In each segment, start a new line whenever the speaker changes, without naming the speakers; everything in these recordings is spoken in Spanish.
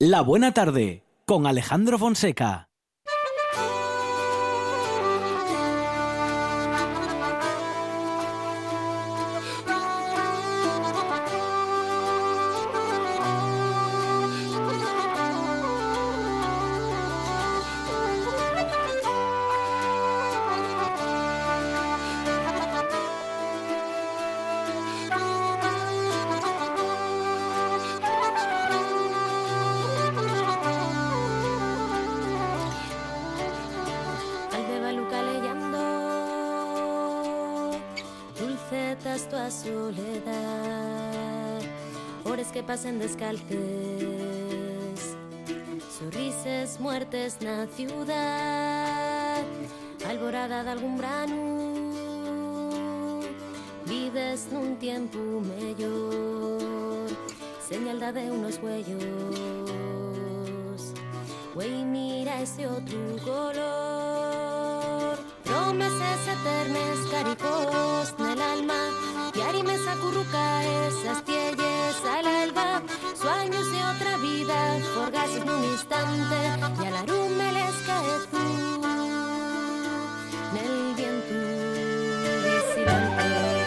La Buena Tarde, con Alejandro Fonseca.
Pasen descalces, sorrises, muertes na ciudad, alborada de algún brano, vives nun tiempo mellor, señalda de unos huellos, güey, mira ese otro color, promesas eternas, caricos nel alma, y arimes acurruca esas tielles al alba, sueños de otra vida, forgases nun instante, y al arume les caezú, nel viento vigilante.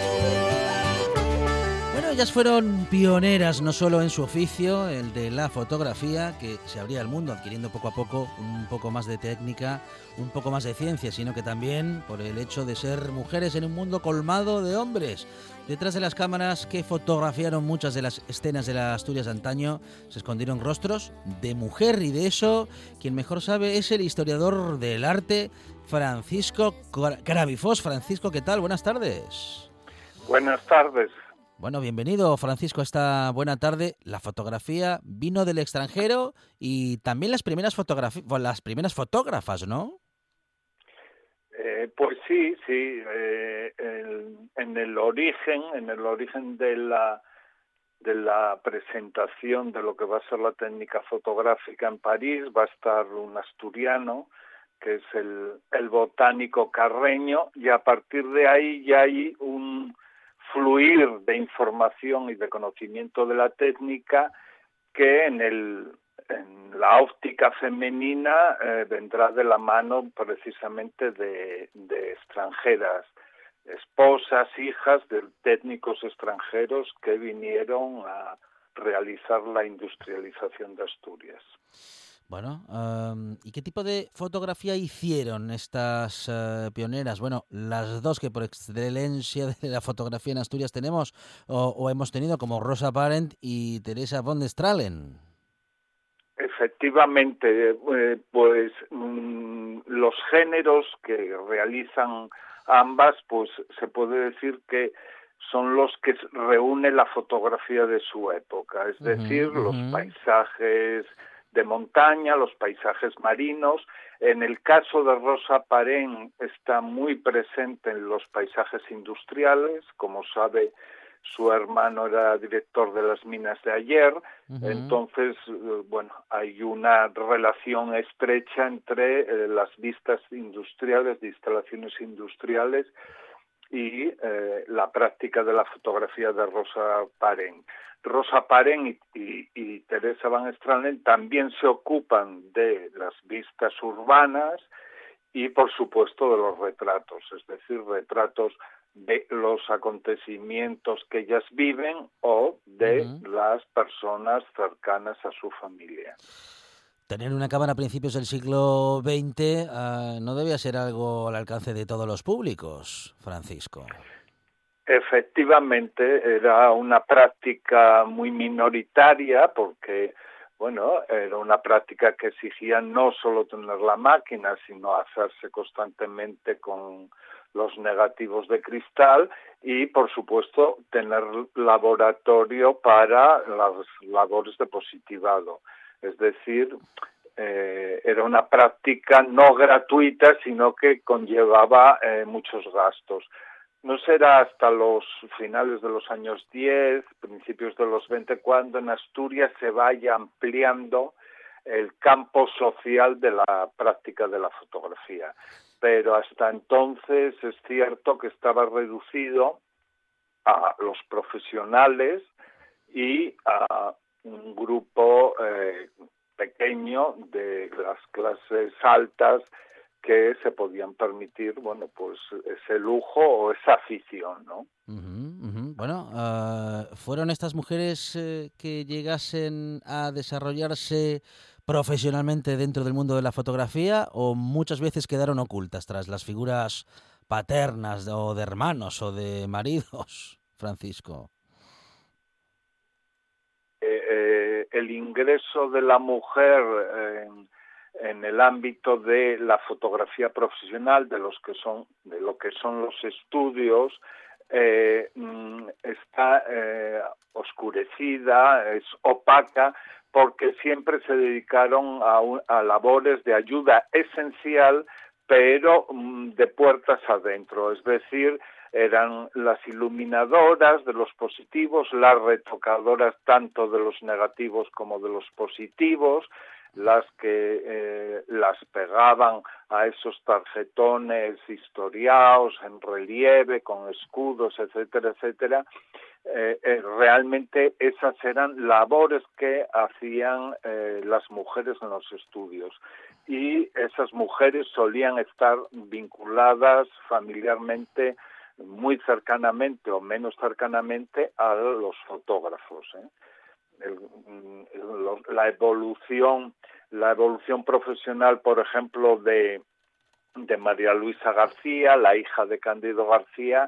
Bueno, ellas fueron pioneras no solo en su oficio, el de la fotografía, que se abría al mundo adquiriendo poco a poco un poco más de técnica, un poco más de ciencia, sino que también por el hecho de ser mujeres en un mundo colmado de hombres. Detrás de las cámaras que fotografiaron muchas de las escenas de las Asturias de antaño se escondieron rostros de mujer, y de eso quien mejor sabe es el historiador del arte, Francisco Caravifós. Francisco, ¿qué tal? Buenas tardes.
Buenas tardes.
Bueno, bienvenido, Francisco, a esta buena tarde. La fotografía vino del extranjero y también las primeras fotógrafas, ¿no?
Pues sí. En el origen de la presentación de lo que va a ser la técnica fotográfica en París, va a estar un asturiano, que es el botánico Carreño, y a partir de ahí ya hay un fluir de información y de conocimiento de la técnica que en la óptica femenina vendrá de la mano precisamente de extranjeras, esposas, hijas de técnicos extranjeros que vinieron a realizar la industrialización de Asturias.
Bueno, ¿y qué tipo de fotografía hicieron estas pioneras? Bueno, las dos que por excelencia de la fotografía en Asturias tenemos o hemos tenido, como Rosa Parent y Teresa von der Strahlen.
Efectivamente, pues los géneros que realizan ambas, pues se puede decir que son los que reúne la fotografía de su época, es decir, los paisajes de montaña, los paisajes marinos. En el caso de Rosa Parent está muy presente en los paisajes industriales. Como sabe, su hermano era director de las minas de Aller, entonces, bueno, hay una relación estrecha entre las vistas industriales, de instalaciones industriales, y la práctica de la fotografía de Rosa Parent. Rosa Parent y Teresa van Strahlen también se ocupan de las vistas urbanas y, por supuesto, de los retratos, es decir, retratos de los acontecimientos que ellas viven o de las personas cercanas a su familia.
Tener una cámara a principios del siglo XX no debía ser algo al alcance de todos los públicos, Francisco.
Efectivamente, era una práctica muy minoritaria porque, bueno, era una práctica que exigía no solo tener la máquina, sino hacerse constantemente con los negativos de cristal y, por supuesto, tener laboratorio para las labores de positivado. Es decir, era una práctica no gratuita, sino que conllevaba muchos gastos. No será hasta los finales de los años 10, principios de los 20, cuando en Asturias se vaya ampliando el campo social de la práctica de la fotografía. Pero hasta entonces es cierto que estaba reducido a los profesionales y a un grupo pequeño de las clases altas que se podían permitir, bueno, pues ese lujo o esa afición, ¿no?
Bueno, ¿fueron estas mujeres que llegasen a desarrollarse profesionalmente dentro del mundo de la fotografía o muchas veces quedaron ocultas tras las figuras paternas o de hermanos o de maridos, Francisco?
El ingreso de la mujer en el ámbito de la fotografía profesional, de lo que son los estudios, está oscurecida, es opaca, porque siempre se dedicaron a labores de ayuda esencial, pero de puertas adentro, es decir, eran las iluminadoras de los positivos, las retocadoras tanto de los negativos como de los positivos, las que las pegaban a esos tarjetones historiados en relieve, con escudos, etcétera, etcétera. Realmente esas eran labores que hacían las mujeres en los estudios, y esas mujeres solían estar vinculadas familiarmente, muy cercanamente o menos cercanamente, a los fotógrafos. La evolución profesional, por ejemplo, de María Luisa García, la hija de Cándido García,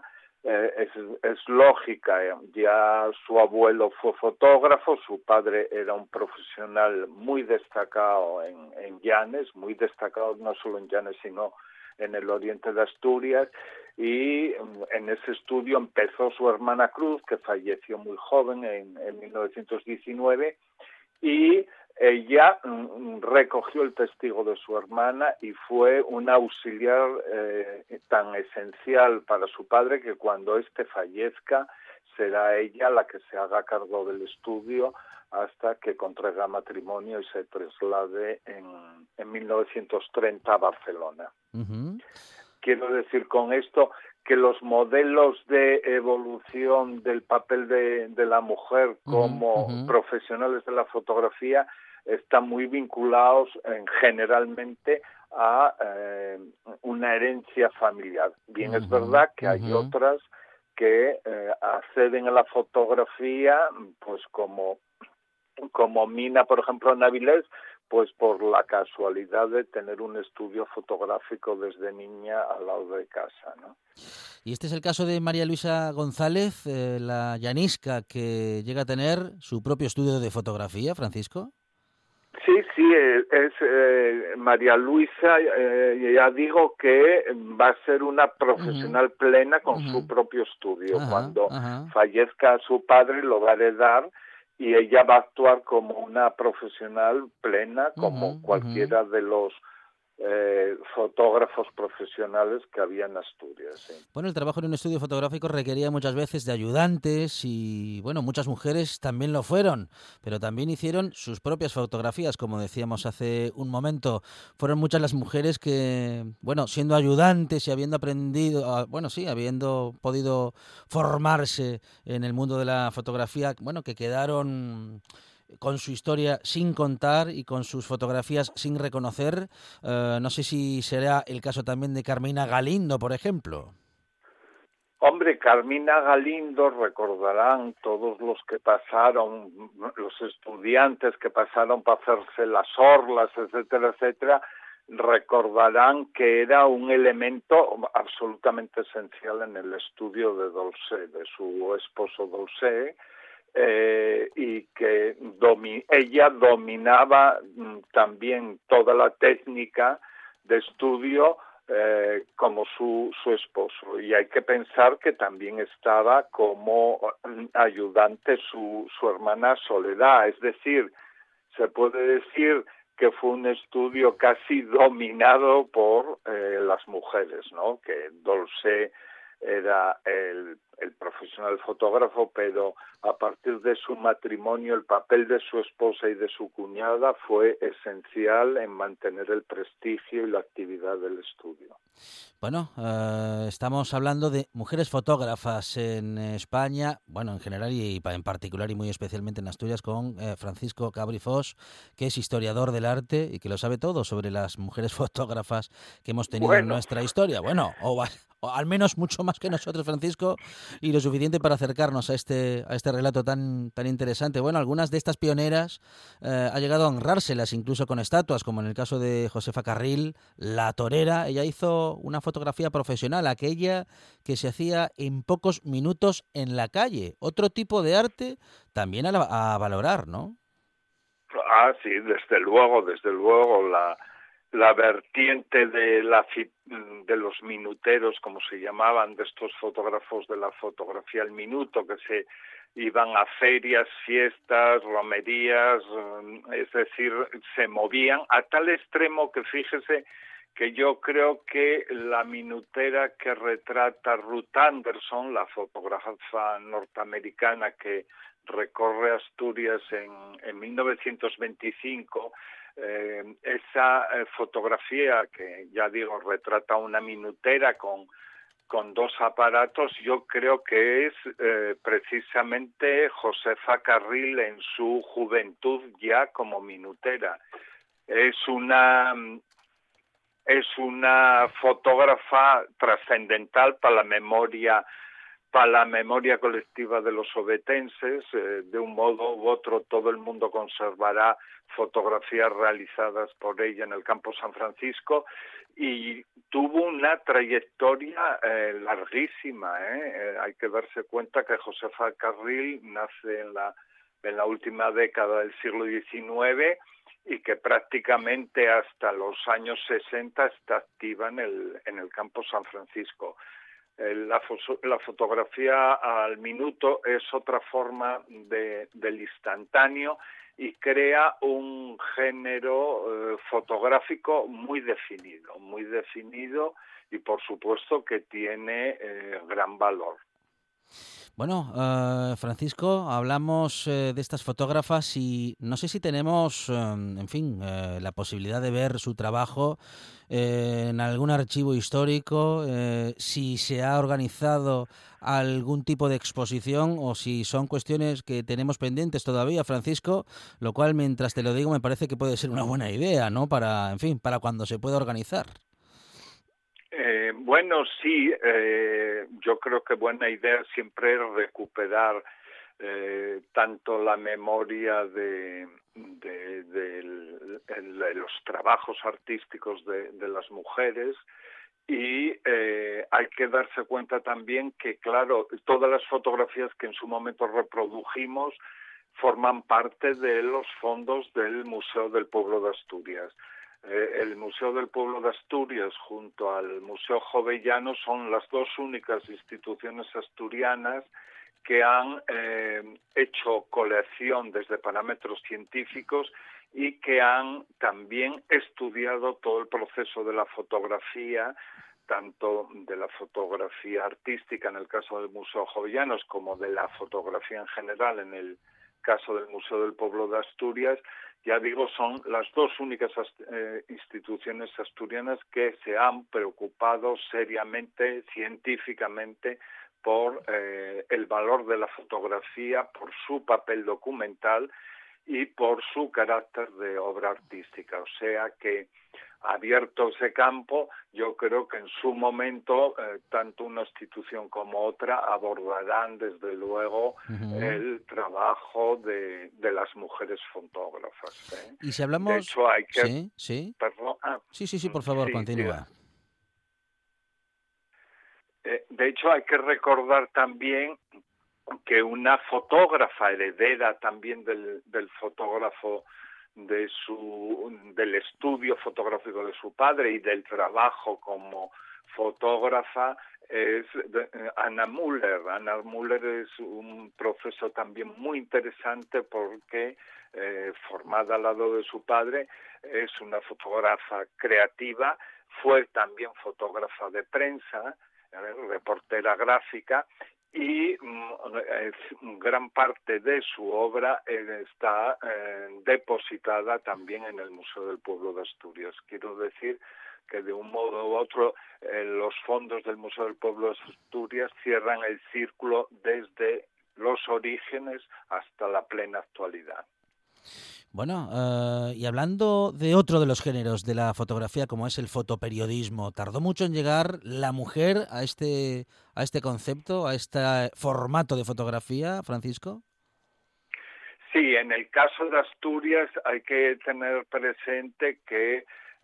es lógica. Ya su abuelo fue fotógrafo, su padre era un profesional muy destacado en Llanes, muy destacado no solo en Llanes, sino en el oriente de Asturias, y en ese estudio empezó su hermana Cruz, que falleció muy joven en 1919, y ella recogió el testigo de su hermana y fue una auxiliar tan esencial para su padre que cuando éste fallezca será ella la que se haga cargo del estudio hasta que contraiga matrimonio y se traslade en 1930 a Barcelona.
Uh-huh.
Quiero decir con esto que los modelos de evolución del papel de la mujer como profesionales de la fotografía están muy vinculados generalmente a una herencia familiar. Bien, es verdad que hay otras que acceden a la fotografía, pues como Mina, por ejemplo, en Avilés, pues por la casualidad de tener un estudio fotográfico desde niña al lado de casa, ¿no?
Y este es el caso de María Luisa González, la llanisca que llega a tener su propio estudio de fotografía, Francisco.
Sí, es María Luisa, ya digo que va a ser una profesional plena con su propio estudio. Cuando fallezca su padre lo va a heredar y ella va a actuar como una profesional plena, como cualquiera de los fotógrafos profesionales que había en Asturias. ¿Sí?
Bueno, el trabajo en un estudio fotográfico requería muchas veces de ayudantes y, bueno, muchas mujeres también lo fueron, pero también hicieron sus propias fotografías, como decíamos hace un momento. Fueron muchas las mujeres que, bueno, siendo ayudantes y habiendo aprendido, habiendo podido formarse en el mundo de la fotografía, bueno, que quedaron con su historia sin contar y con sus fotografías sin reconocer. No sé si será el caso también de Carmina Galindo, por ejemplo.
Hombre, Carmina Galindo, recordarán todos los que pasaron, los estudiantes que pasaron para hacerse las orlas, etcétera, etcétera, recordarán que era un elemento absolutamente esencial en el estudio de Dolcé, de su esposo Dolcé, y que ella dominaba también toda la técnica de estudio como su esposo. Y hay que pensar que también estaba como ayudante su hermana Soledad. Es decir, se puede decir que fue un estudio casi dominado por las mujeres, ¿no? Que Dolcé era el profesional fotógrafo, pero a partir de su matrimonio el papel de su esposa y de su cuñada fue esencial en mantener el prestigio y la actividad del estudio.
Bueno, estamos hablando de mujeres fotógrafas en España, bueno, en general y en particular y muy especialmente en Asturias, con Francisco Cabri Fos, que es historiador del arte y que lo sabe todo sobre las mujeres fotógrafas que hemos tenido en nuestra historia. Bueno, o al menos mucho más que nosotros, Francisco, y lo suficiente para acercarnos a este relato tan interesante. Bueno, algunas de estas pioneras ha llegado a honrárselas incluso con estatuas, como en el caso de Josefa Carril, la torera. Ella hizo una fotografía profesional, aquella que se hacía en pocos minutos en la calle. Otro tipo de arte también a valorar, ¿no?
Ah, sí, desde luego, la vertiente de los minuteros, como se llamaban, de estos fotógrafos de la fotografía al minuto, que se iban a ferias, fiestas, romerías, es decir, se movían a tal extremo que fíjese que yo creo que la minutera que retrata Ruth Anderson, la fotógrafa norteamericana que recorre Asturias en 1925, esa fotografía que, ya digo, retrata una minutera con dos aparatos, yo creo que es precisamente Josefa Carril en su juventud ya como minutera. Es una fotógrafa trascendental para la memoria colectiva de los ovetenses. De un modo u otro todo el mundo conservará fotografías realizadas por ella en el campo San Francisco, y tuvo una trayectoria larguísima. Hay que darse cuenta que Josefa Carril nace en la última década del siglo XIX y que prácticamente hasta los años 60 está activa en el campo San Francisco. La fotografía al minuto es otra forma del instantáneo y crea un género fotográfico muy definido y por supuesto que tiene gran valor.
Bueno, Francisco, hablamos de estas fotógrafas y no sé si tenemos, la posibilidad de ver su trabajo en algún archivo histórico, si se ha organizado algún tipo de exposición o si son cuestiones que tenemos pendientes todavía, Francisco, lo cual, mientras te lo digo, me parece que puede ser una buena idea, ¿no? Para cuando se pueda organizar.
Bueno, sí, yo creo que buena idea siempre es recuperar tanto la memoria de los trabajos artísticos de las mujeres, y hay que darse cuenta también que, claro, todas las fotografías que en su momento reprodujimos forman parte de los fondos del Museo del Pueblo de Asturias. El Museo del Pueblo de Asturias junto al Museo Jovellano son las dos únicas instituciones asturianas que han hecho colección desde parámetros científicos y que han también estudiado todo el proceso de la fotografía, tanto de la fotografía artística en el caso del Museo Jovellanos como de la fotografía en general en el caso del Museo del Pueblo de Asturias. Ya digo, son las dos únicas instituciones asturianas que se han preocupado seriamente, científicamente, por el valor de la fotografía, por su papel documental y por su carácter de obra artística. O sea que, abierto ese campo, yo creo que en su momento tanto una institución como otra abordarán desde luego el trabajo de las mujeres fotógrafas.
Y si hablamos...
De hecho, hay que...
Sí.
Perdón.
Sí, por favor, continúa.
De hecho, hay que recordar también que una fotógrafa heredera también del fotógrafo del estudio fotográfico de su padre y del trabajo como fotógrafa es Anna Müller. Anna Müller es un proceso también muy interesante porque, formada al lado de su padre, es una fotógrafa creativa, fue también fotógrafa de prensa, reportera gráfica, y gran parte de su obra está depositada también en el Museo del Pueblo de Asturias. Quiero decir que de un modo u otro los fondos del Museo del Pueblo de Asturias cierran el círculo desde los orígenes hasta la plena actualidad.
Bueno, y hablando de otro de los géneros de la fotografía, como es el fotoperiodismo, ¿tardó mucho en llegar la mujer a este concepto, a este formato de fotografía, Francisco?
Sí, en el caso de Asturias hay que tener presente que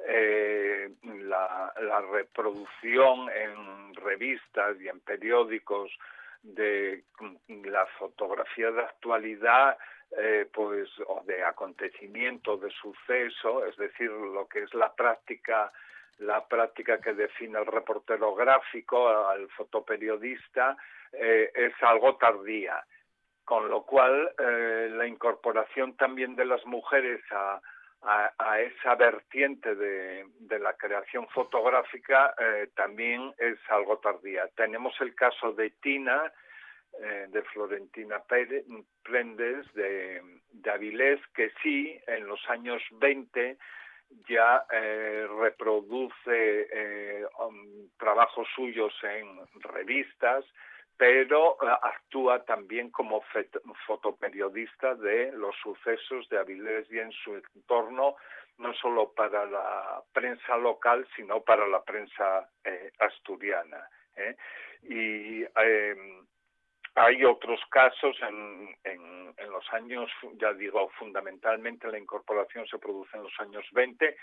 la reproducción en revistas y en periódicos de la fotografía de actualidad, o de acontecimiento, de suceso, es decir, lo que es la práctica que define el reportero gráfico, al fotoperiodista, es algo tardía, con lo cual la incorporación también de las mujeres a esa vertiente de la creación fotográfica también es algo tardía. Tenemos el caso de Tina, de Florentina Prendes de Avilés, que sí, en los años 20 ya reproduce trabajos suyos en revistas, pero actúa también como fotoperiodista de los sucesos de Avilés y en su entorno, no solo para la prensa local, sino para la prensa asturiana. Y hay otros casos en los años, ya digo, fundamentalmente la incorporación se produce en los años 20.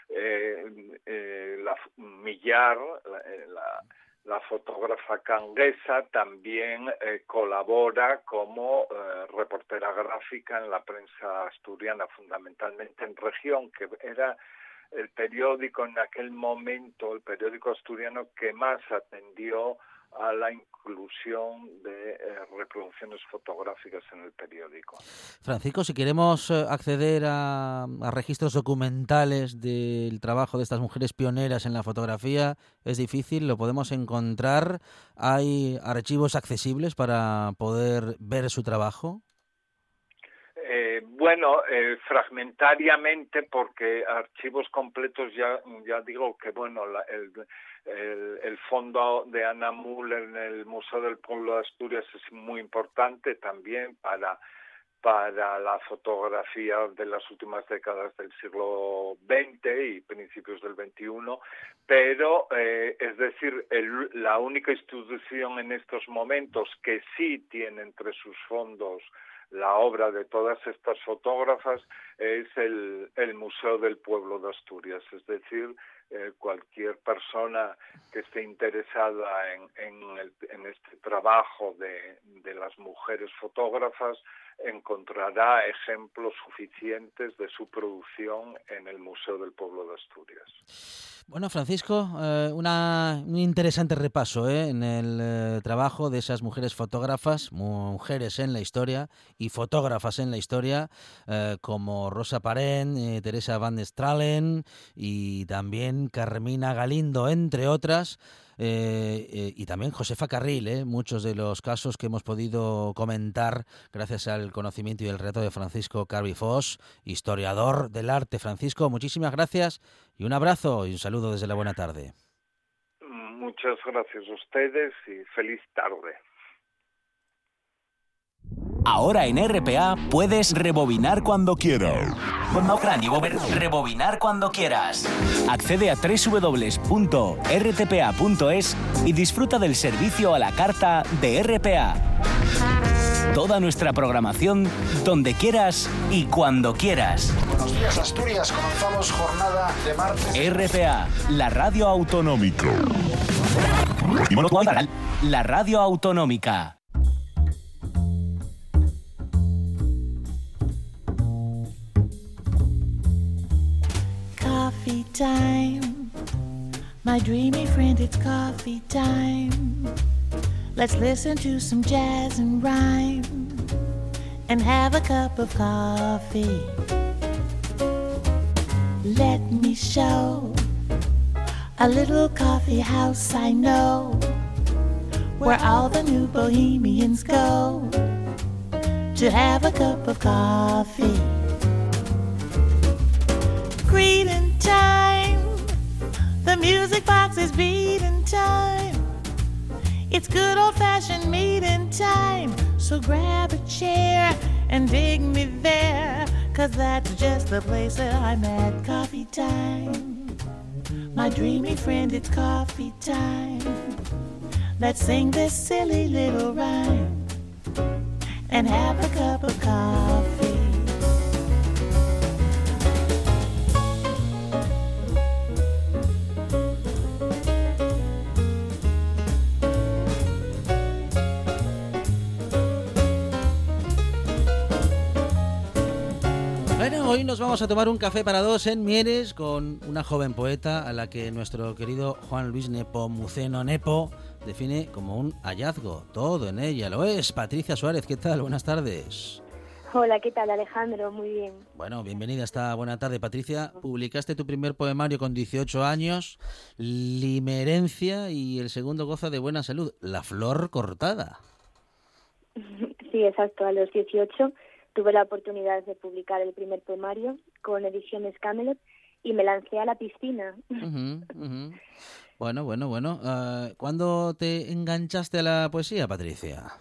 Millar, la fotógrafa canguesa, también colabora como reportera gráfica en la prensa asturiana, fundamentalmente en Región, que era el periódico en aquel momento, el periódico asturiano que más atendió a la inclusión de reproducciones fotográficas en el periódico.
Francisco, si queremos acceder a registros documentales del trabajo de estas mujeres pioneras en la fotografía, es difícil, lo podemos encontrar. ¿Hay archivos accesibles para poder ver su trabajo?
Fragmentariamente, porque archivos completos ya digo que el fondo de Ana Müller en el Museo del Pueblo de Asturias es muy importante también para la fotografía de las últimas décadas del siglo XX y principios del XXI, pero es decir, la única institución en estos momentos que sí tiene entre sus fondos la obra de todas estas fotógrafas es el Museo del Pueblo de Asturias, es decir, cualquier persona que esté interesada en este trabajo de las mujeres fotógrafas encontrará ejemplos suficientes de su producción en el Museo del Pueblo de Asturias.
Bueno, Francisco, un interesante repaso en el trabajo de esas mujeres fotógrafas, mujeres en la historia y fotógrafas en la historia, como Rosa Parén, Teresa van der Stralen y también Carmina Galindo, entre otras. Y también Josefa Carril, muchos de los casos que hemos podido comentar gracias al conocimiento y el relato de Francisco Carvi Fos, historiador del arte. Francisco, muchísimas gracias y un abrazo y un saludo desde la buena tarde.
Muchas gracias a ustedes y feliz tarde.
Ahora en RPA puedes rebobinar cuando quieras. Rebobinar cuando quieras. Accede a www.rtpa.es y disfruta del servicio a la carta de RPA. Toda nuestra programación donde quieras y cuando quieras.
Buenos días, Asturias. Comenzamos jornada de martes.
RPA, la radio autonómica. La radio autonómica.
Coffee time, my dreamy friend, it's coffee time. Let's listen to some jazz and rhyme and have a cup of coffee. Let me show a little coffee house I know. where all the new bohemians go to have a cup of coffee. Greeting time, the music box is beating time. It's good old-fashioned meeting time. So grab a chair and dig me there, 'cause that's just the place that I'm at. Coffee time, my dreamy friend, it's coffee time. Let's sing this silly little rhyme and have a cup of coffee.
Bueno, hoy nos vamos a tomar un café para dos en Mieres con una joven poeta a la que nuestro querido Juan Luis Nepomuceno Nepo define como un hallazgo. Todo en ella lo es. Patricia Suárez, ¿qué tal? Buenas tardes.
Hola, ¿qué tal, Alejandro? Muy bien.
Bueno, bienvenida a esta buena tarde. Patricia, publicaste tu primer poemario con 18 años, Limerencia, y el segundo goza de buena salud, La flor cortada.
Sí, exacto. A los 18 tuve la oportunidad de publicar el primer poemario con Ediciones Camelot y me lancé a la piscina.
Bueno. ¿Cuándo te enganchaste a la poesía, Patricia?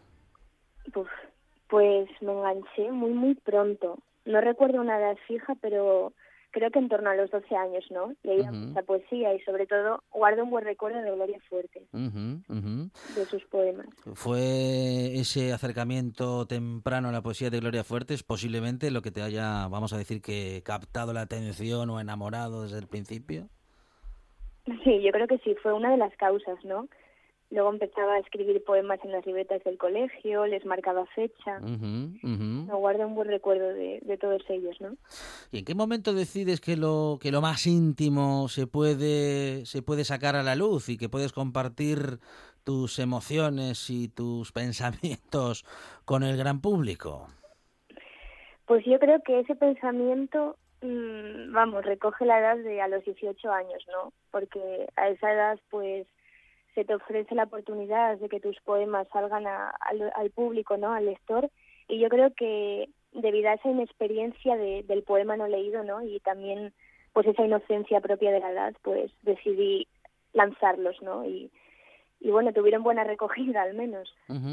Pues me enganché muy pronto. No recuerdo una edad fija, pero creo que en torno a los 12 años, ¿no? Leía mucha poesía y sobre todo guardo un buen recuerdo de Gloria Fuertes, de sus poemas.
¿Fue ese acercamiento temprano a la poesía de Gloria Fuertes posiblemente lo que te haya, vamos a decir, que captado la atención o enamorado desde el principio?
Sí, yo creo que sí, fue una de las causas, ¿no? Luego empezaba a escribir poemas en las libretas del colegio, les marcaba fecha. Me guardo un buen recuerdo de todos ellos, ¿no?
¿Y en qué momento decides que lo más íntimo se puede sacar a la luz y que puedes compartir tus emociones y tus pensamientos con el gran público?
Pues yo creo que ese pensamiento, recoge la edad de a los 18 años, ¿no? Porque a esa edad, pues, se te ofrece la oportunidad de que tus poemas salgan al público, ¿no? Al lector, y yo creo que debido a esa inexperiencia del poema no leído, ¿no? Y también pues esa inocencia propia de la edad, pues decidí lanzarlos, ¿no? Y bueno, tuvieron buena recogida al menos.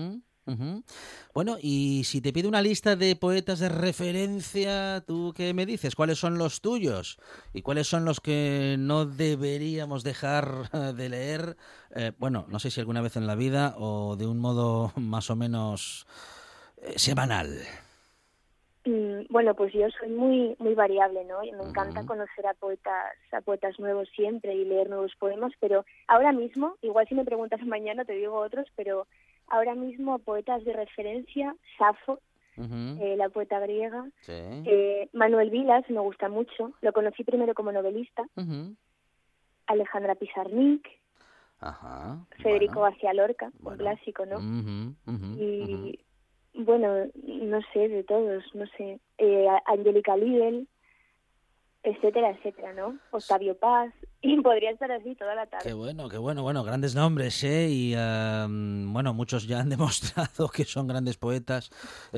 Bueno, y si te pido una lista de poetas de referencia, ¿tú qué me dices? ¿Cuáles son los tuyos? ¿Y cuáles son los que no deberíamos dejar de leer? Bueno, no sé si alguna vez en la vida o de un modo más o menos semanal.
Bueno, pues yo soy muy variable, ¿no? Y me encanta conocer a poetas nuevos siempre y leer nuevos poemas, pero ahora mismo, igual si me preguntas mañana te digo otros, pero ahora mismo poetas de referencia, Safo, la poeta griega, Manuel Vilas, me gusta mucho, lo conocí primero como novelista, Alejandra Pizarnik, Federico García Lorca, un clásico, ¿no? Y bueno, no sé, de todos, no sé, Angélica Lidl, etcétera, ¿no? Octavio Paz, y podría estar así toda la tarde.
Qué bueno, grandes nombres, y bueno, muchos ya han demostrado que son grandes poetas,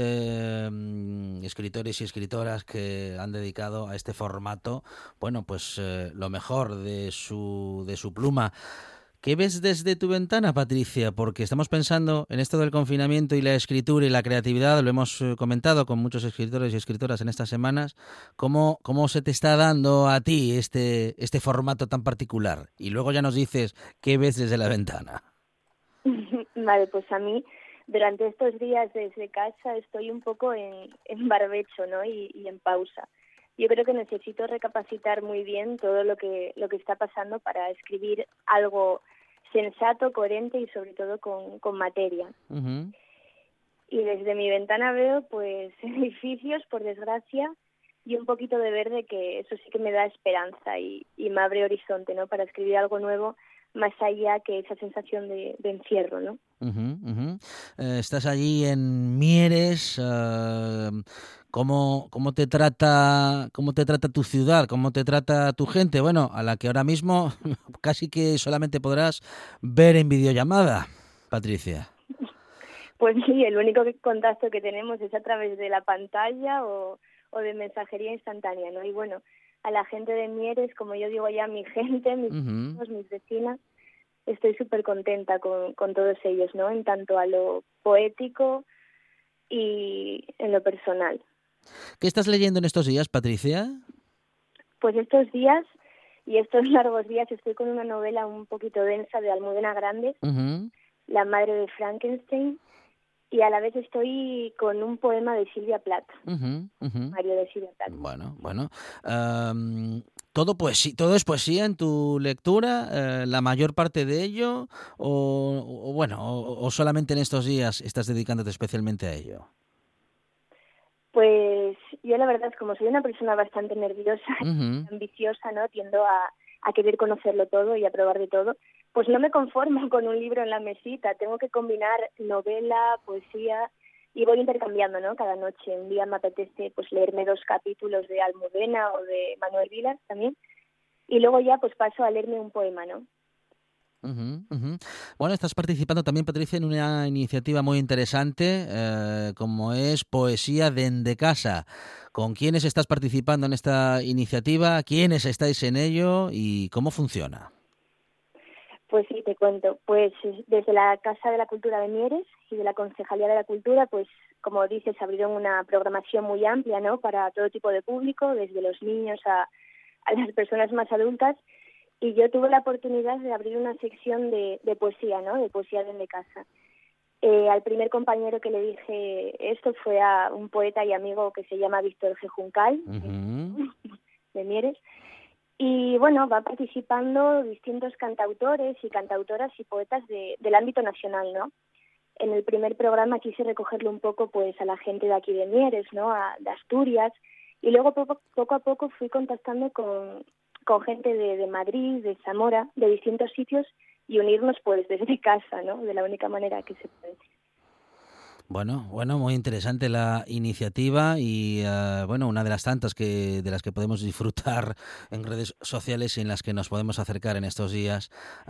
escritores y escritoras que han dedicado a este formato, bueno, pues lo mejor de su pluma. ¿Qué ves desde tu ventana, Patricia? Porque estamos pensando en esto del confinamiento y la escritura y la creatividad, lo hemos comentado con muchos escritores y escritoras en estas semanas, ¿cómo se te está dando a ti este formato tan particular? Y luego ya nos dices qué ves desde la ventana.
Vale, pues a mí durante estos días desde casa estoy un poco en barbecho, ¿no? Y en pausa. Yo creo que necesito recapacitar muy bien todo lo que está pasando para escribir algo sensato, coherente y sobre todo con materia. Y desde mi ventana veo pues edificios, por desgracia, y un poquito de verde, que eso sí que me da esperanza y me abre horizonte, ¿no? Para escribir algo nuevo más allá que esa sensación de encierro, ¿no?
Estás allí en Mieres. ¿Cómo te trata tu ciudad? ¿Cómo te trata tu gente? Bueno, a la que ahora mismo casi que solamente podrás ver en videollamada. Patricia?
Pues sí, el único contacto que tenemos es a través de la pantalla o de mensajería instantánea, ¿no? Y bueno, a la gente de Mieres, como yo digo ya, mi gente, mis amigos, mis vecinas, estoy súper contenta con todos ellos, ¿no? En tanto a lo poético y en lo personal.
¿Qué estás leyendo en estos días, Patricia?
Pues estos días y estos largos días estoy con una novela un poquito densa de Almudena Grandes, La madre de Frankenstein, y a la vez estoy con un poema de Silvia Plath, Mario de Silvia Plath.
Bueno. ¿Todo es poesía en tu lectura? ¿La mayor parte de ello? ¿O solamente en estos días estás dedicándote especialmente a ello?
Pues yo la verdad es como soy una persona bastante nerviosa, ambiciosa, ¿no? Tiendo a querer conocerlo todo y a probar de todo. Pues no me conformo con un libro en la mesita, tengo que combinar novela, poesía y voy intercambiando, ¿no? Cada noche. Un día me apetece pues leerme 2 capítulos de Almudena o de Manuel Vilas también y luego ya pues paso a leerme un poema, ¿no?
Bueno, estás participando también, Patricia, en una iniciativa muy interesante como es Poesía dende casa. ¿Con quiénes estás participando en esta iniciativa? ¿Quiénes estáis en ello? ¿Y cómo funciona?
Pues sí, te cuento. Pues desde la Casa de la Cultura de Mieres y de la Concejalía de la Cultura, pues como dices, abrieron una programación muy amplia, ¿no? Para todo tipo de público, desde los niños a las personas más adultas. Y yo tuve la oportunidad de abrir una sección de poesía, ¿no? De poesía desde casa. Al primer compañero que le dije esto fue a un poeta y amigo que se llama Víctor G. Juncal, de Mieres. Y bueno, va participando distintos cantautores y cantautoras y poetas del ámbito nacional, ¿no? En el primer programa quise recogerlo un poco pues a la gente de aquí de Mieres, ¿no? De Asturias. Y luego poco a poco fui contactando con gente de Madrid, de Zamora, de distintos sitios y unirnos pues desde casa, ¿no? De la única manera que se puede.
Bueno, muy interesante la iniciativa y una de las tantas de las que podemos disfrutar en redes sociales y en las que nos podemos acercar en estos días,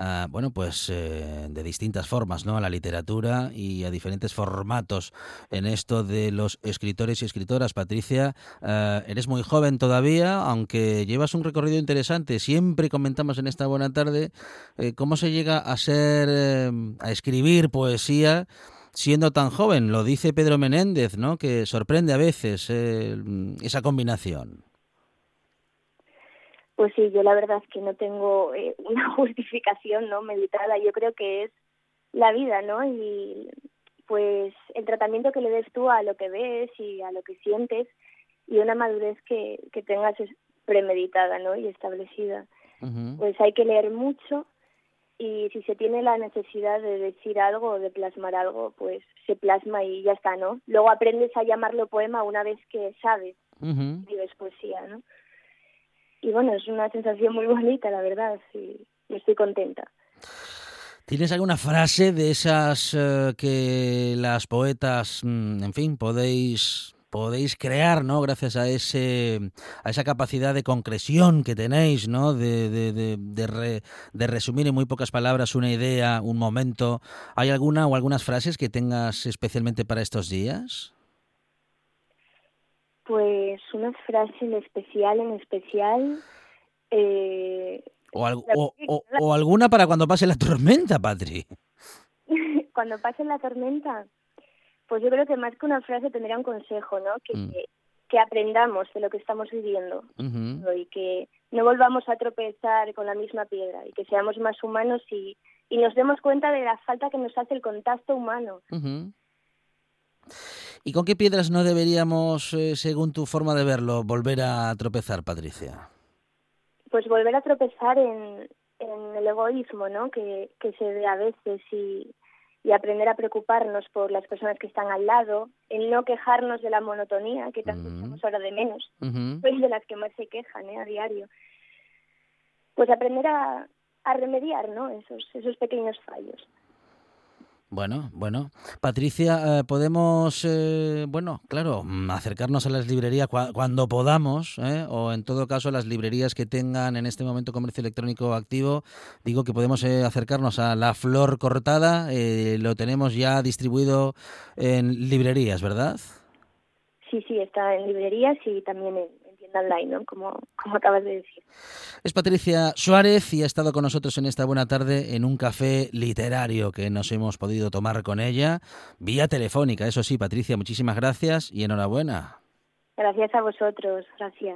de distintas formas, ¿no? A la literatura y a diferentes formatos en esto de los escritores y escritoras. Patricia, eres muy joven todavía, aunque llevas un recorrido interesante. Siempre comentamos en esta buena tarde cómo se llega a escribir poesía siendo tan joven. Lo dice Pedro Menéndez, ¿no? Que sorprende a veces esa combinación.
Pues sí, yo la verdad es que no tengo una justificación, ¿no? Meditada. Yo creo que es la vida, ¿no? Y pues el tratamiento que le des tú a lo que ves y a lo que sientes y una madurez que tengas premeditada, ¿no? Y establecida. Pues hay que leer mucho. Y si se tiene la necesidad de decir algo o de plasmar algo, pues se plasma y ya está, ¿no? Luego aprendes a llamarlo poema una vez que sabes y ves poesía, ¿no? Y bueno, es una sensación muy bonita, la verdad, sí, y estoy contenta.
¿Tienes alguna frase de esas que las poetas, en fin, podéis crear, ¿no? Gracias a esa capacidad de concreción que tenéis, ¿no? De resumir en muy pocas palabras una idea, un momento. ¿Hay alguna o algunas frases que tengas especialmente para estos días?
Pues una frase en especial.
O alguna para cuando pase la tormenta, Patri.
Cuando pase la tormenta. Pues yo creo que más que una frase tendría un consejo, ¿no? Que aprendamos de lo que estamos viviendo y que no volvamos a tropezar con la misma piedra y que seamos más humanos y nos demos cuenta de la falta que nos hace el contacto humano.
¿Y con qué piedras no deberíamos, según tu forma de verlo, volver a tropezar, Patricia?
Pues volver a tropezar en el egoísmo, ¿no? Que se ve a veces y aprender a preocuparnos por las personas que están al lado, en no quejarnos de la monotonía, que tanto echamos ahora de menos, pues de las que más se quejan a diario. Pues aprender a remediar, ¿no? Esos pequeños fallos.
Bueno. Patricia, podemos, claro, acercarnos a las librerías cuando podamos, o en todo caso las librerías que tengan en este momento comercio electrónico activo. Digo que podemos acercarnos a La Flor Cortada, lo tenemos ya distribuido en librerías, ¿verdad?
Sí, está en librerías y también en tienda online, ¿no? Como acabas de decir. Es
Patricia Suárez y ha estado con nosotros en esta buena tarde en un café literario que nos hemos podido tomar con ella, vía telefónica. Eso sí, Patricia, muchísimas gracias y enhorabuena.
Gracias a vosotros, gracias.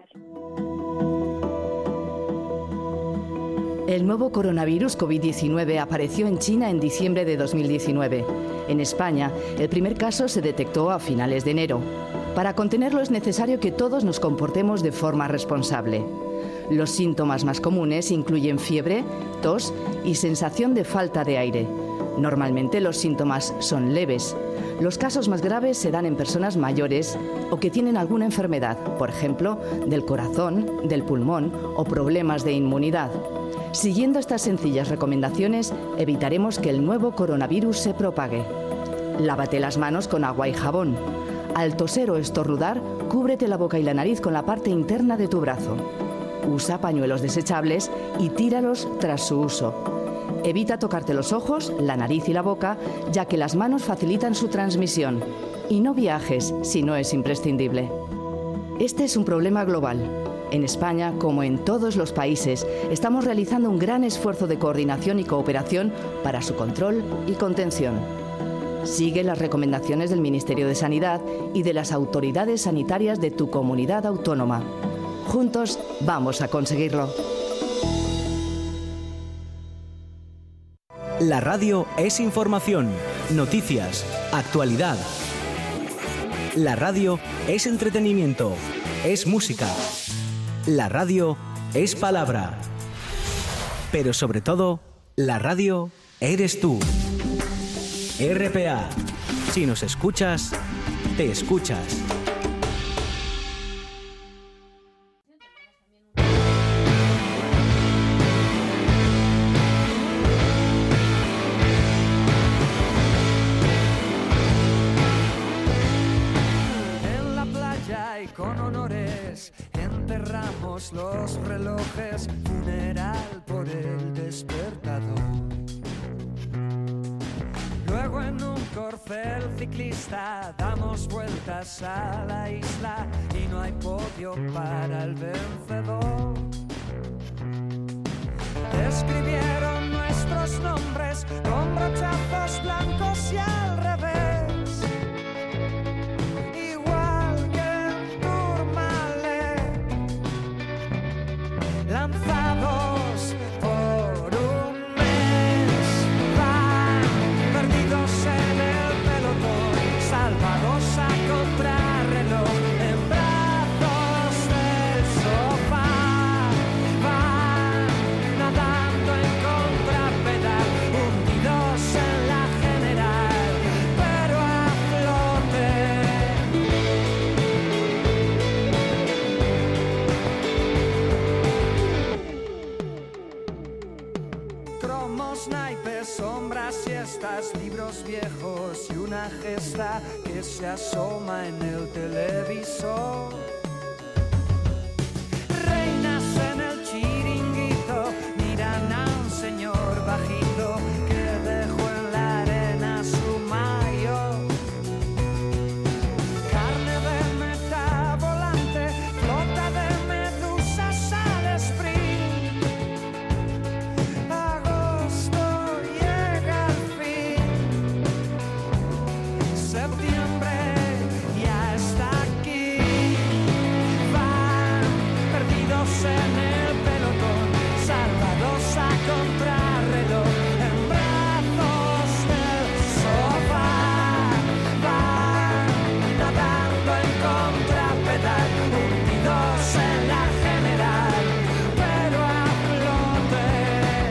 El nuevo coronavirus COVID-19 apareció en China en diciembre de 2019. En España, el primer caso se detectó a finales de enero. Para contenerlo es necesario que todos nos comportemos de forma responsable. Los síntomas más comunes incluyen fiebre, tos y sensación de falta de aire. Normalmente los síntomas son leves. Los casos más graves se dan en personas mayores o que tienen alguna enfermedad, por ejemplo, del corazón, del pulmón o problemas de inmunidad. Siguiendo estas sencillas recomendaciones, evitaremos que el nuevo coronavirus se propague. Lávate las manos con agua y jabón. Al toser o estornudar, cúbrete la boca y la nariz con la parte interna de tu brazo. Usa pañuelos desechables y tíralos tras su uso. Evita tocarte los ojos, la nariz y la boca, ya que las manos facilitan su transmisión. Y no viajes si no es imprescindible. Este es un problema global. En España, como en todos los países, estamos realizando un gran esfuerzo de coordinación y cooperación para su control y contención. Sigue las recomendaciones del Ministerio de Sanidad y de las autoridades sanitarias de tu comunidad autónoma. Juntos vamos a conseguirlo.
La radio es información, noticias, actualidad. La radio es entretenimiento, es música. La radio es palabra. Pero sobre todo, la radio eres tú. RPA. Si nos escuchas, te escuchas.
En la playa y con honores enterramos los relojes, funeral por el despertador. Luego en un corcel ciclista damos vueltas a la isla y no hay podio para el vencedor. Escribieron nuestros nombres con brochazos blancos y al revés, igual que en Tourmalet, lanzados por un mes, van perdidos en el pelotón, salvados a contrarreloj, en brazos del sofá, van nadando en contrapedal, hundidos en la general, pero a flote. Cromos, naipes, sombras, siestas, libros viejos y una gesta que se asoma en el televisor. Reinas en el chiringuito miran a un señor bajito que dejó en la arena su maillot. Carne de metavolante, flota de medusas al sprint. Agosto llega al fin, septiembre ya está aquí.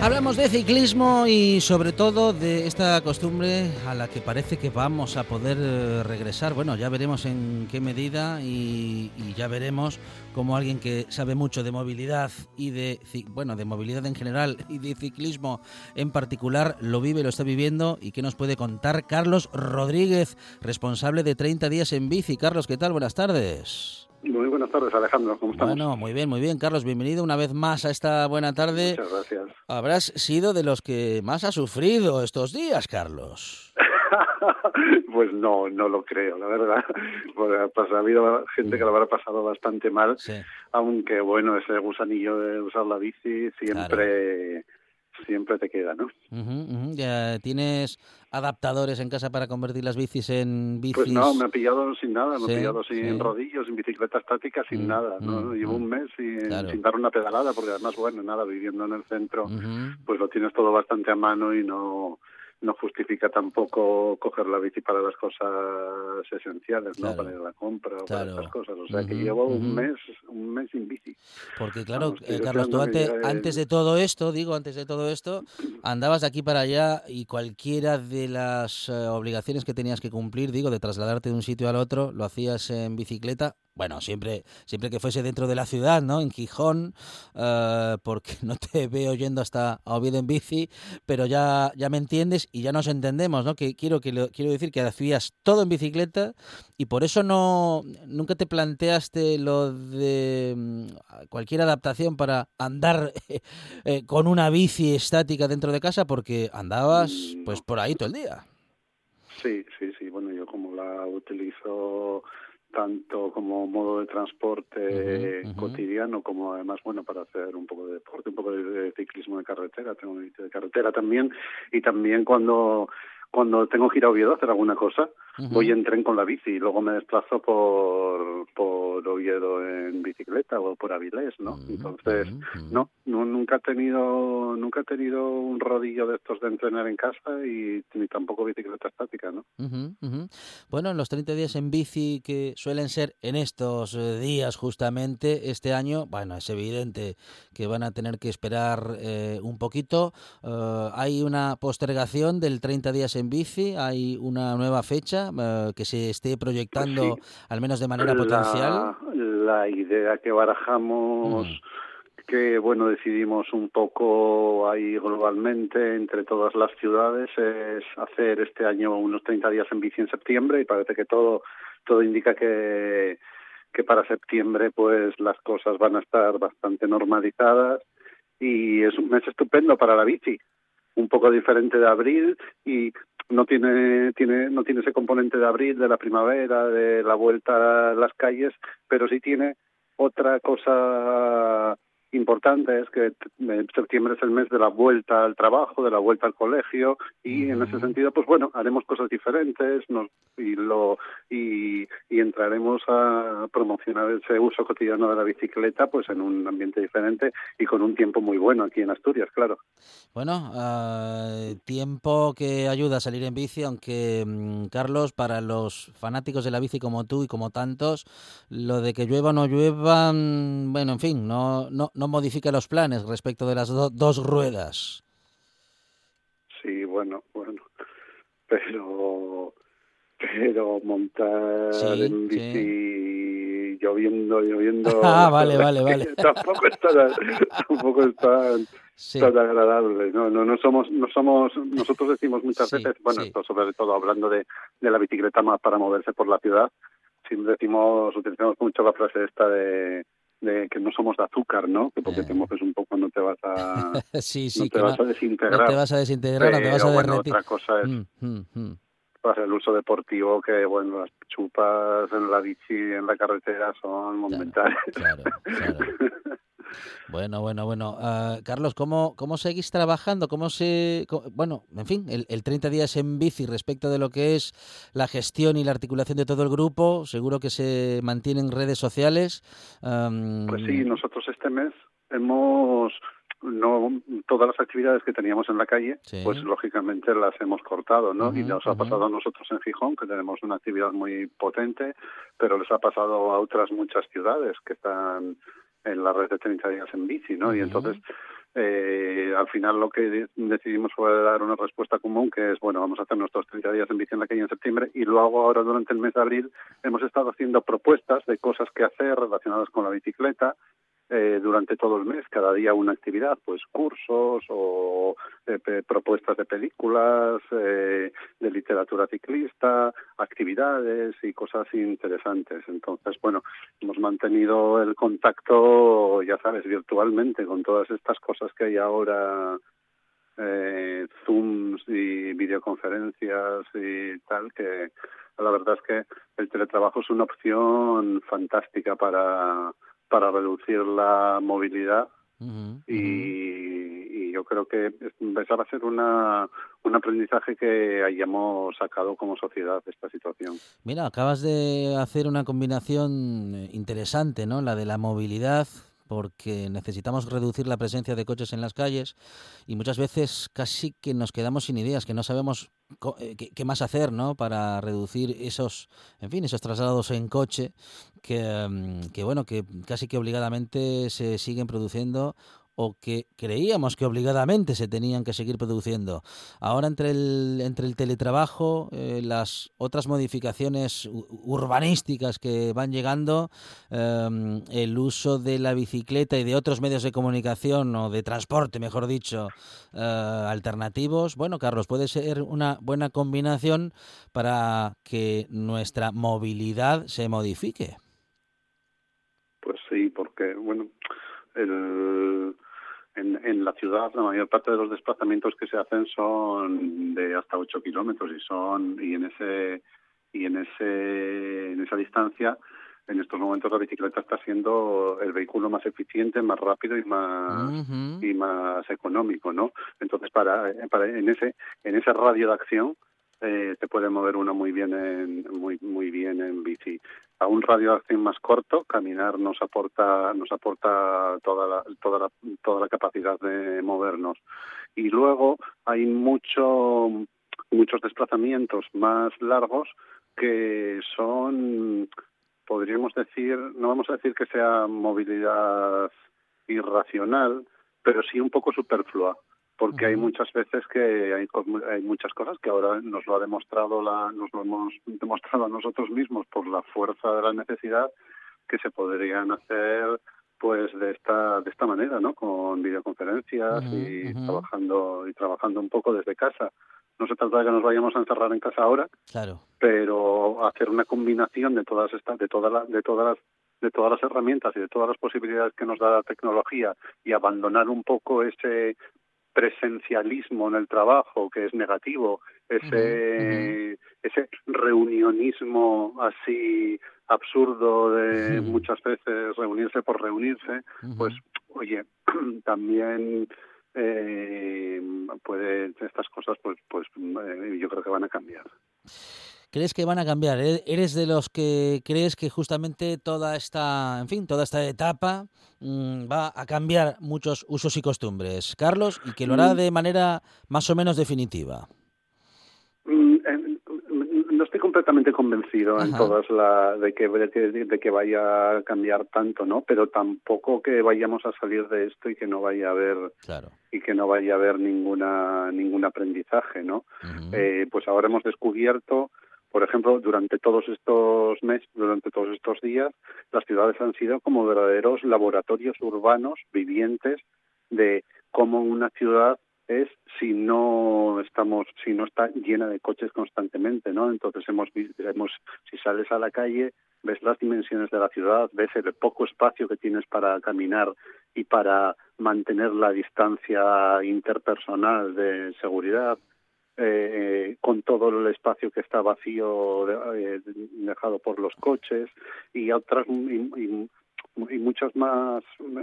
Hablamos de ciclismo y sobre todo de esta costumbre a la que parece que vamos a poder regresar. Bueno, ya veremos en qué medida y ya veremos cómo alguien que sabe mucho de movilidad y de movilidad en general y de ciclismo en particular lo vive, lo está viviendo y qué nos puede contar Carlos Rodríguez, responsable de 30 días en bici. Carlos, ¿qué tal? Buenas tardes.
Muy buenas tardes, Alejandro, ¿cómo estamos?
Bueno, muy bien, Carlos, bienvenido una vez más a esta buena tarde.
Muchas gracias.
Habrás sido de los que más ha sufrido estos días, Carlos.
Pues no lo creo, la verdad. Pues ha habido gente que lo habrá pasado bastante mal, sí. Aunque bueno, ese gusanillo de usar la bici siempre te queda, ¿no?
¿Ya tienes adaptadores en casa para convertir las bicis en bicis?
Pues no, me ha pillado sin nada, me ha pillado sin rodillos, sin bicicleta estática, sin nada, ¿no? Llevo un mes sin dar una pedalada, porque además, bueno, nada, viviendo en el centro, pues lo tienes todo bastante a mano y no justifica tampoco coger la bici para las cosas esenciales, ¿no? Para ir a la compra o para estas cosas. O sea que llevo un mes sin bici.
Porque claro, Carlos, tú antes de todo esto, andabas de aquí para allá y cualquiera de las obligaciones que tenías que cumplir, de trasladarte de un sitio al otro, lo hacías en bicicleta. Bueno, siempre que fuese dentro de la ciudad, ¿no? En Gijón, porque no te veo yendo hasta Oviedo en bici, pero ya me entiendes y ya nos entendemos, ¿no? Que quiero decir que hacías todo en bicicleta y por eso nunca te planteaste lo de cualquier adaptación para andar con una bici estática dentro de casa, porque andabas pues por ahí todo el día.
Sí. Bueno, yo como la utilizo tanto como modo de transporte cotidiano, como además, bueno, para hacer un poco de deporte, un poco de ciclismo de carretera, tengo bici de carretera también, y también cuando tengo que ir a Oviedo a hacer alguna cosa, voy en tren con la bici y luego me desplazo por Oviedo en bicicleta o por Avilés, ¿no? Entonces, nunca he tenido un rodillo de estos de entrenar en casa y ni tampoco bicicleta estática, ¿no?
Bueno, en los 30 días en bici que suelen ser en estos días justamente este año, bueno, es evidente que van a tener que esperar un poquito. Hay una postergación del 30 días en bici, hay una nueva fecha que se esté proyectando, pues sí, al menos de manera potencial.
La idea que barajamos, que bueno, decidimos un poco ahí globalmente entre todas las ciudades, es hacer este año unos 30 días en bici en septiembre, y parece que todo indica que para septiembre pues las cosas van a estar bastante normalizadas y es un mes estupendo para la bici, un poco diferente de abril, y no tiene ese componente de abril, de la primavera, de la vuelta a las calles, pero sí tiene otra cosa importante, es que septiembre es el mes de la vuelta al trabajo, de la vuelta al colegio, y en ese sentido, pues bueno, haremos cosas diferentes y entraremos a promocionar ese uso cotidiano de la bicicleta pues en un ambiente diferente y con un tiempo muy bueno aquí en Asturias, claro.
Bueno, tiempo que ayuda a salir en bici, aunque, Carlos, para los fanáticos de la bici como tú y como tantos, lo de que llueva o no llueva, bueno, en fin, no modifica los planes respecto de las dos ruedas.
Sí, bueno, pero montar en bici lloviendo
vale.
tampoco está tan agradable. No somos, nosotros decimos muchas veces, bueno, esto sobre todo hablando de la bicicleta más para moverse por la ciudad, utilizamos mucho la frase esta de que no somos de azúcar, ¿no? Que porque te mojes un poco no te vas a
vas a desintegrar.
No
te vas a desintegrar, no te vas a derretir.
Otra cosa es el uso deportivo, que bueno, las chupas en la bici, en la carretera son monumentales.
Claro. Bueno. Carlos, ¿cómo seguís trabajando? En fin, el 30 días en bici respecto de lo que es la gestión y la articulación de todo el grupo, seguro que se mantienen redes sociales.
Pues sí, nosotros este mes todas las actividades que teníamos en la calle, pues lógicamente las hemos cortado, ¿no? Y nos ha pasado a nosotros en Gijón, que tenemos una actividad muy potente, pero les ha pasado a otras muchas ciudades que están en la red de 30 días en bici, ¿no? Y entonces al final lo que decidimos fue dar una respuesta común, que es, bueno, vamos a hacer nuestros 30 días en bici en la calle en septiembre, y luego ahora durante el mes de abril hemos estado haciendo propuestas de cosas que hacer relacionadas con la bicicleta, durante todo el mes, cada día una actividad, pues cursos o propuestas de películas, de literatura ciclista, actividades y cosas interesantes. Entonces, bueno, hemos mantenido el contacto, ya sabes, virtualmente, con todas estas cosas que hay ahora, Zooms y videoconferencias y tal, que la verdad es que el teletrabajo es una opción fantástica para reducir la movilidad. Y yo creo que va a ser un aprendizaje que hayamos sacado como sociedad de esta situación.
Mira, acabas de hacer una combinación interesante, ¿no? La de la movilidad, porque necesitamos reducir la presencia de coches en las calles y muchas veces casi que nos quedamos sin ideas, que no sabemos qué más hacer, ¿no? Para reducir esos traslados en coche que bueno, que casi que obligadamente se siguen produciendo, o que creíamos que obligadamente se tenían que seguir produciendo. Ahora entre el teletrabajo, las otras modificaciones urbanísticas que van llegando, el uso de la bicicleta y de otros medios de comunicación o de transporte, mejor dicho, alternativos, bueno, Carlos, puede ser una buena combinación para que nuestra movilidad se modifique.
Pues sí, porque, bueno, en la ciudad la mayor parte de los desplazamientos que se hacen son de hasta 8 kilómetros y en esa distancia, en estos momentos la bicicleta está siendo el vehículo más eficiente, más rápido y más económico, ¿no? Entonces en ese radio de acción se puede mover uno muy bien en bici. A un radio de acción más corto, caminar nos aporta toda la capacidad de movernos. Y luego hay muchos desplazamientos más largos que son, podríamos decir, no vamos a decir que sea movilidad irracional, pero sí un poco superflua, porque hay muchas veces que hay muchas cosas que ahora nos lo hemos demostrado a nosotros mismos por la fuerza de la necesidad, que se podrían hacer pues de esta manera, ¿no? Con videoconferencias y trabajando un poco desde casa. No se trata de que nos vayamos a encerrar en casa ahora,
claro,
pero hacer una combinación de todas las herramientas y de todas las posibilidades que nos da la tecnología, y abandonar un poco ese presencialismo en el trabajo que es negativo, ese reunionismo así absurdo de muchas veces reunirse por reunirse, pues oye, también estas cosas pues yo creo que van a cambiar.
¿Crees que van a cambiar? ¿Eres de los que crees que justamente toda esta etapa va a cambiar muchos usos y costumbres, Carlos, y que lo hará de manera más o menos definitiva?
No estoy completamente convencido en todas de que vaya a cambiar tanto, ¿no? Pero tampoco que vayamos a salir de esto y que no vaya a haber ningún aprendizaje, ¿no? Pues ahora hemos descubierto, por ejemplo, durante todos estos días, las ciudades han sido como verdaderos laboratorios urbanos vivientes de cómo una ciudad es si no está llena de coches constantemente, ¿no? Entonces si sales a la calle, ves las dimensiones de la ciudad, ves el poco espacio que tienes para caminar y para mantener la distancia interpersonal de seguridad, con todo el espacio que está vacío, dejado por los coches, y otras y muchos más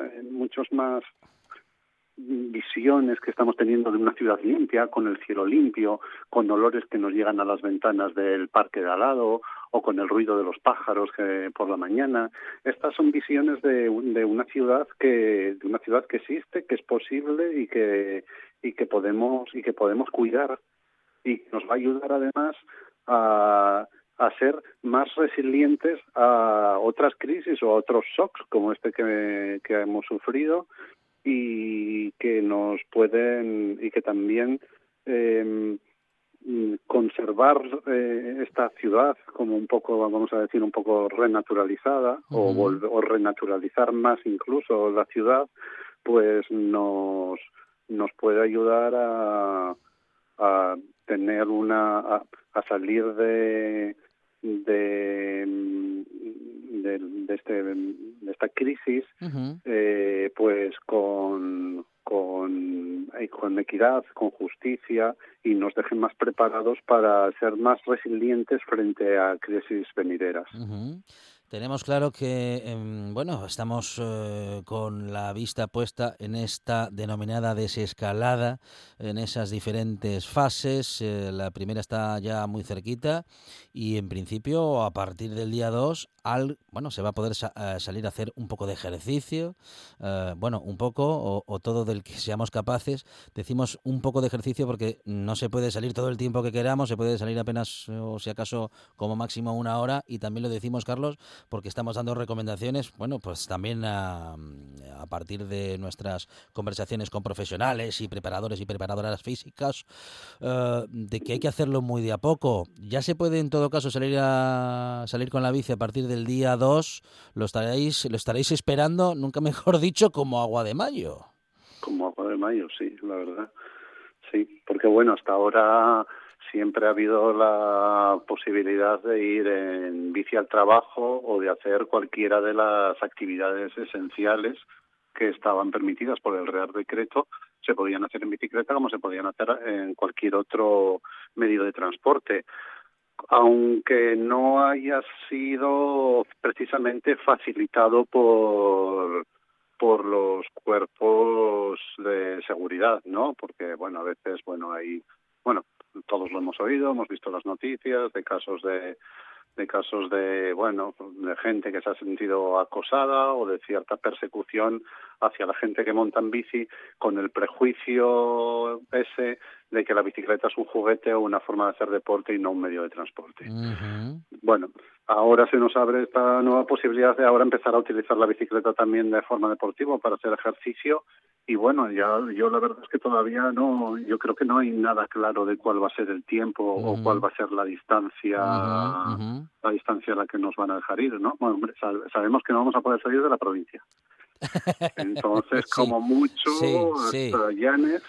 visiones que estamos teniendo de una ciudad limpia, con el cielo limpio, con olores que nos llegan a las ventanas del parque de al lado, o con el ruido de los pájaros por la mañana. Estas son visiones de una ciudad que existe, que es posible y que podemos cuidar, y nos va a ayudar además a ser más resilientes a otras crisis o a otros shocks como este que hemos sufrido, y que nos pueden, y que también conservar esta ciudad como un poco, vamos a decir, un poco renaturalizada, o renaturalizar más incluso la ciudad, pues nos puede ayudar a tener a salir de esta crisis, pues con equidad, con justicia, y nos dejen más preparados para ser más resilientes frente a crisis venideras.
Tenemos claro que, estamos con la vista puesta en esta denominada desescalada, en esas diferentes fases. La primera está ya muy cerquita y, en principio, a partir del día 2, se va a poder salir a hacer un poco de ejercicio, un poco, o todo del que seamos capaces. Decimos un poco de ejercicio porque no se puede salir todo el tiempo que queramos, se puede salir apenas, o si acaso, como máximo 1 hora, y también lo decimos, Carlos, porque estamos dando recomendaciones, pues también a partir de nuestras conversaciones con profesionales y preparadores y preparadoras físicas, de que hay que hacerlo muy de a poco. Ya se puede, en todo caso, salir con la bici a partir del día 2, lo estaréis esperando, nunca mejor dicho, como agua de mayo.
Como agua de mayo, sí, la verdad. Sí, porque bueno, hasta ahora siempre ha habido la posibilidad de ir en bici al trabajo o de hacer cualquiera de las actividades esenciales que estaban permitidas por el Real Decreto. Se podían hacer en bicicleta como se podían hacer en cualquier otro medio de transporte, aunque no haya sido precisamente facilitado por los cuerpos de seguridad, ¿no? Porque, a veces, todos lo hemos oído, hemos visto las noticias de casos de gente que se ha sentido acosada o de cierta persecución hacia la gente que monta en bici, con el prejuicio ese de que la bicicleta es un juguete o una forma de hacer deporte y no un medio de transporte. Bueno, ahora se nos abre esta nueva posibilidad de ahora empezar a utilizar la bicicleta también de forma deportiva para hacer ejercicio. Y yo la verdad es que todavía yo creo que no hay nada claro de cuál va a ser el tiempo o cuál va a ser la distancia, la distancia a la que nos van a dejar ir, ¿no? Bueno, hombre, sabemos que no vamos a poder salir de la provincia. Entonces, como mucho, hasta Llanes,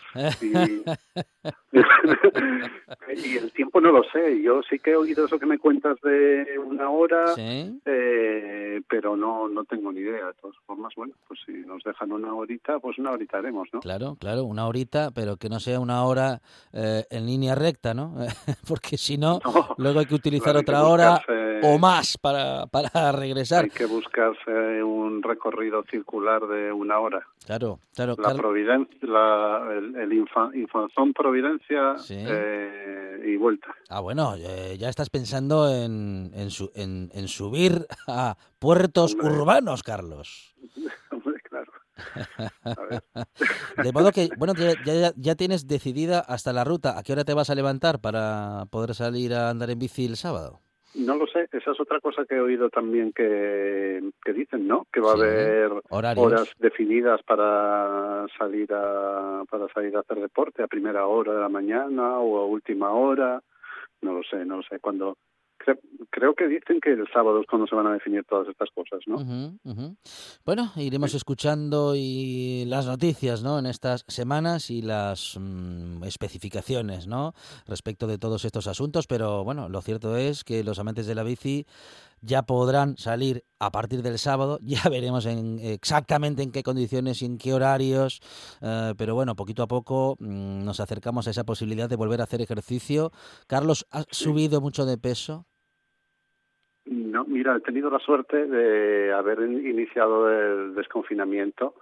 y el tiempo no lo sé. Yo sí que he oído eso que me cuentas de 1 hora, pero no tengo ni idea. De todas formas, pues si nos dejan 1 horita, pues 1 horita haremos, ¿no?
Claro, 1 horita, pero que no sea 1 hora en línea recta, ¿no? Porque si no, luego hay que utilizar otra hora o más para regresar.
Hay que buscarse un recorrido circular de 1 hora.
Claro.
La Providencia, el Infanzón Providencia, y vuelta.
Bueno, ya estás pensando en subir a puertos urbanos, Carlos.
Hombre, claro. A ver.
De modo que, ya tienes decidida hasta la ruta. ¿A qué hora te vas a levantar para poder salir a andar en bici el sábado?
No lo sé, esa es otra cosa que he oído también que dicen, ¿no? Que va a haber horas definidas para salir a hacer deporte, a primera hora de la mañana o a última hora. No lo sé cuándo. Creo que dicen que el sábado es cuando se van a definir todas estas cosas, ¿no?
Bueno, iremos escuchando y las noticias, ¿no?, en estas semanas y las especificaciones, ¿no?, respecto de todos estos asuntos, pero lo cierto es que los amantes de la bici ya podrán salir a partir del sábado. Ya veremos exactamente en qué condiciones y en qué horarios, pero poquito a poco nos acercamos a esa posibilidad de volver a hacer ejercicio. Carlos, ¿has subido mucho de peso?
No, mira, he tenido la suerte de haber iniciado el desconfinamiento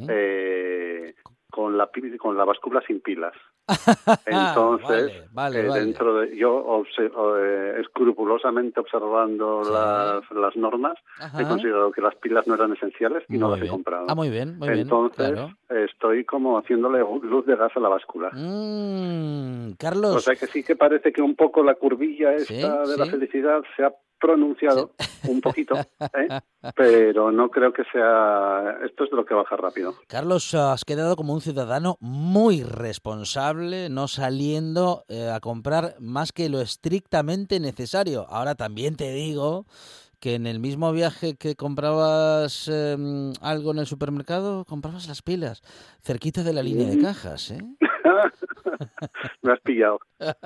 con la báscula sin pilas. Entonces, dentro de yo escrupulosamente observando las normas, he considerado que las pilas no eran esenciales y no las he comprado.
Muy bien.
Entonces, estoy como haciéndole luz de gas a la báscula.
Carlos.
O sea que sí que parece que un poco la curvilla esta de la felicidad se ha pronunciado, un poquito, pero no creo que sea... Esto es de lo que baja rápido.
Carlos, has quedado como un ciudadano muy responsable, no saliendo a comprar más que lo estrictamente necesario. Ahora también te digo que en el mismo viaje que comprabas algo en el supermercado, comprabas las pilas, cerquita de la línea de cajas, ¿eh?
Me has pillado.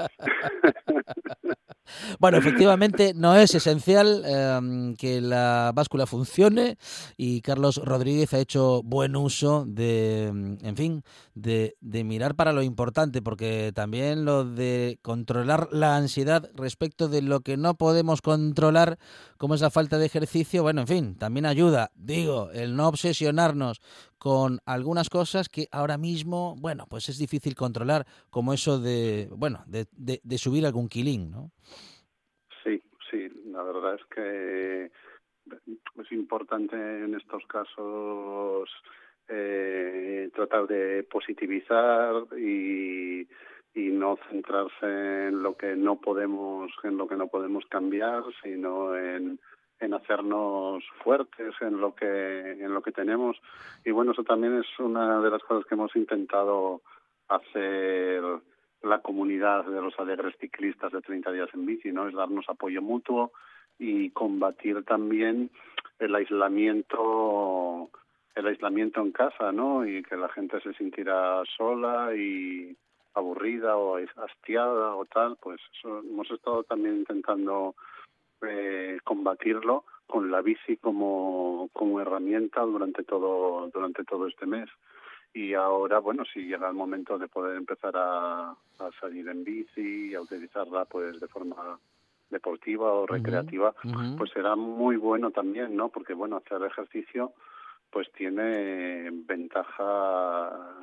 Bueno, efectivamente no es esencial que la báscula funcione y Carlos Rodríguez ha hecho buen uso de, en fin, de mirar para lo importante, porque también lo de controlar la ansiedad respecto de lo que no podemos controlar, como es la falta de ejercicio, bueno, en fin, también ayuda, digo, el no obsesionarnos con algunas cosas que ahora mismo, bueno, pues es difícil controlar, como eso de, bueno, de subir algún kilín, ¿no?
Sí, la verdad es que es importante en estos casos tratar de positivizar y no centrarse en lo que no podemos cambiar, sino en hacernos fuertes en lo que tenemos. Y bueno, eso también es una de las cosas que hemos intentado hacer la comunidad de los alegres ciclistas de 30 días en bici, ¿no? Es darnos apoyo mutuo y combatir también el aislamiento en casa, ¿no? Y que la gente se sintiera sola y aburrida o hastiada o tal. Pues eso hemos estado también intentando combatirlo con la bici como herramienta durante todo este mes. Y ahora, bueno, si llega el momento de poder empezar a salir en bici y a utilizarla pues de forma deportiva o recreativa, pues será muy bueno también, ¿no? Porque, bueno, hacer ejercicio pues tiene ventajas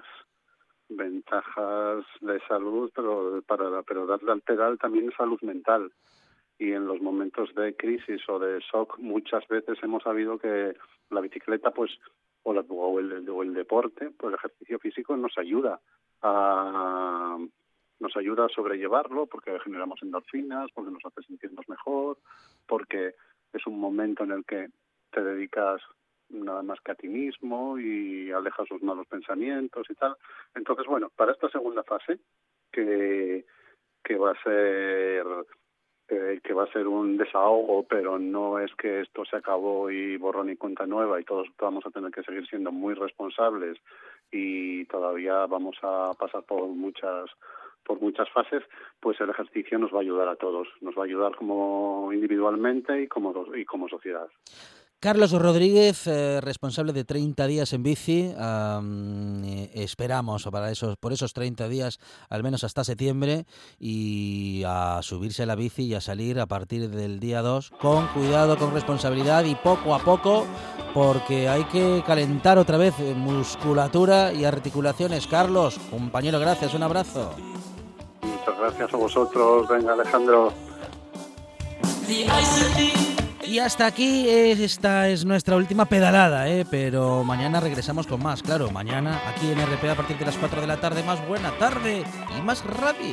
de salud, pero darle al pedal también es salud mental. Y en los momentos de crisis o de shock muchas veces hemos sabido que la bicicleta pues o el deporte, pues el ejercicio físico nos ayuda a sobrellevarlo, porque generamos endorfinas, porque nos hace sentirnos mejor, porque es un momento en el que te dedicas nada más que a ti mismo y alejas los malos pensamientos y tal. Entonces, bueno, para esta segunda fase, que va a ser un desahogo, pero no es que esto se acabó y borrón y cuenta nueva y todos vamos a tener que seguir siendo muy responsables y todavía vamos a pasar por muchas fases, pues el ejercicio nos va a ayudar a todos, nos va a ayudar como individualmente y como sociedad.
Carlos Rodríguez, responsable de 30 días en bici, esperamos por esos 30 días, al menos hasta septiembre, y a subirse a la bici y a salir a partir del día 2, con cuidado, con responsabilidad y poco a poco, porque hay que calentar otra vez musculatura y articulaciones. Carlos, compañero, gracias, un abrazo.
Muchas gracias a vosotros, venga Alejandro.
Y hasta aquí esta es nuestra última pedalada, pero mañana regresamos con más, claro, mañana aquí en RPA a partir de las 4 de la tarde, más buena tarde y más radio.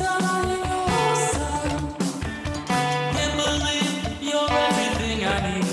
I need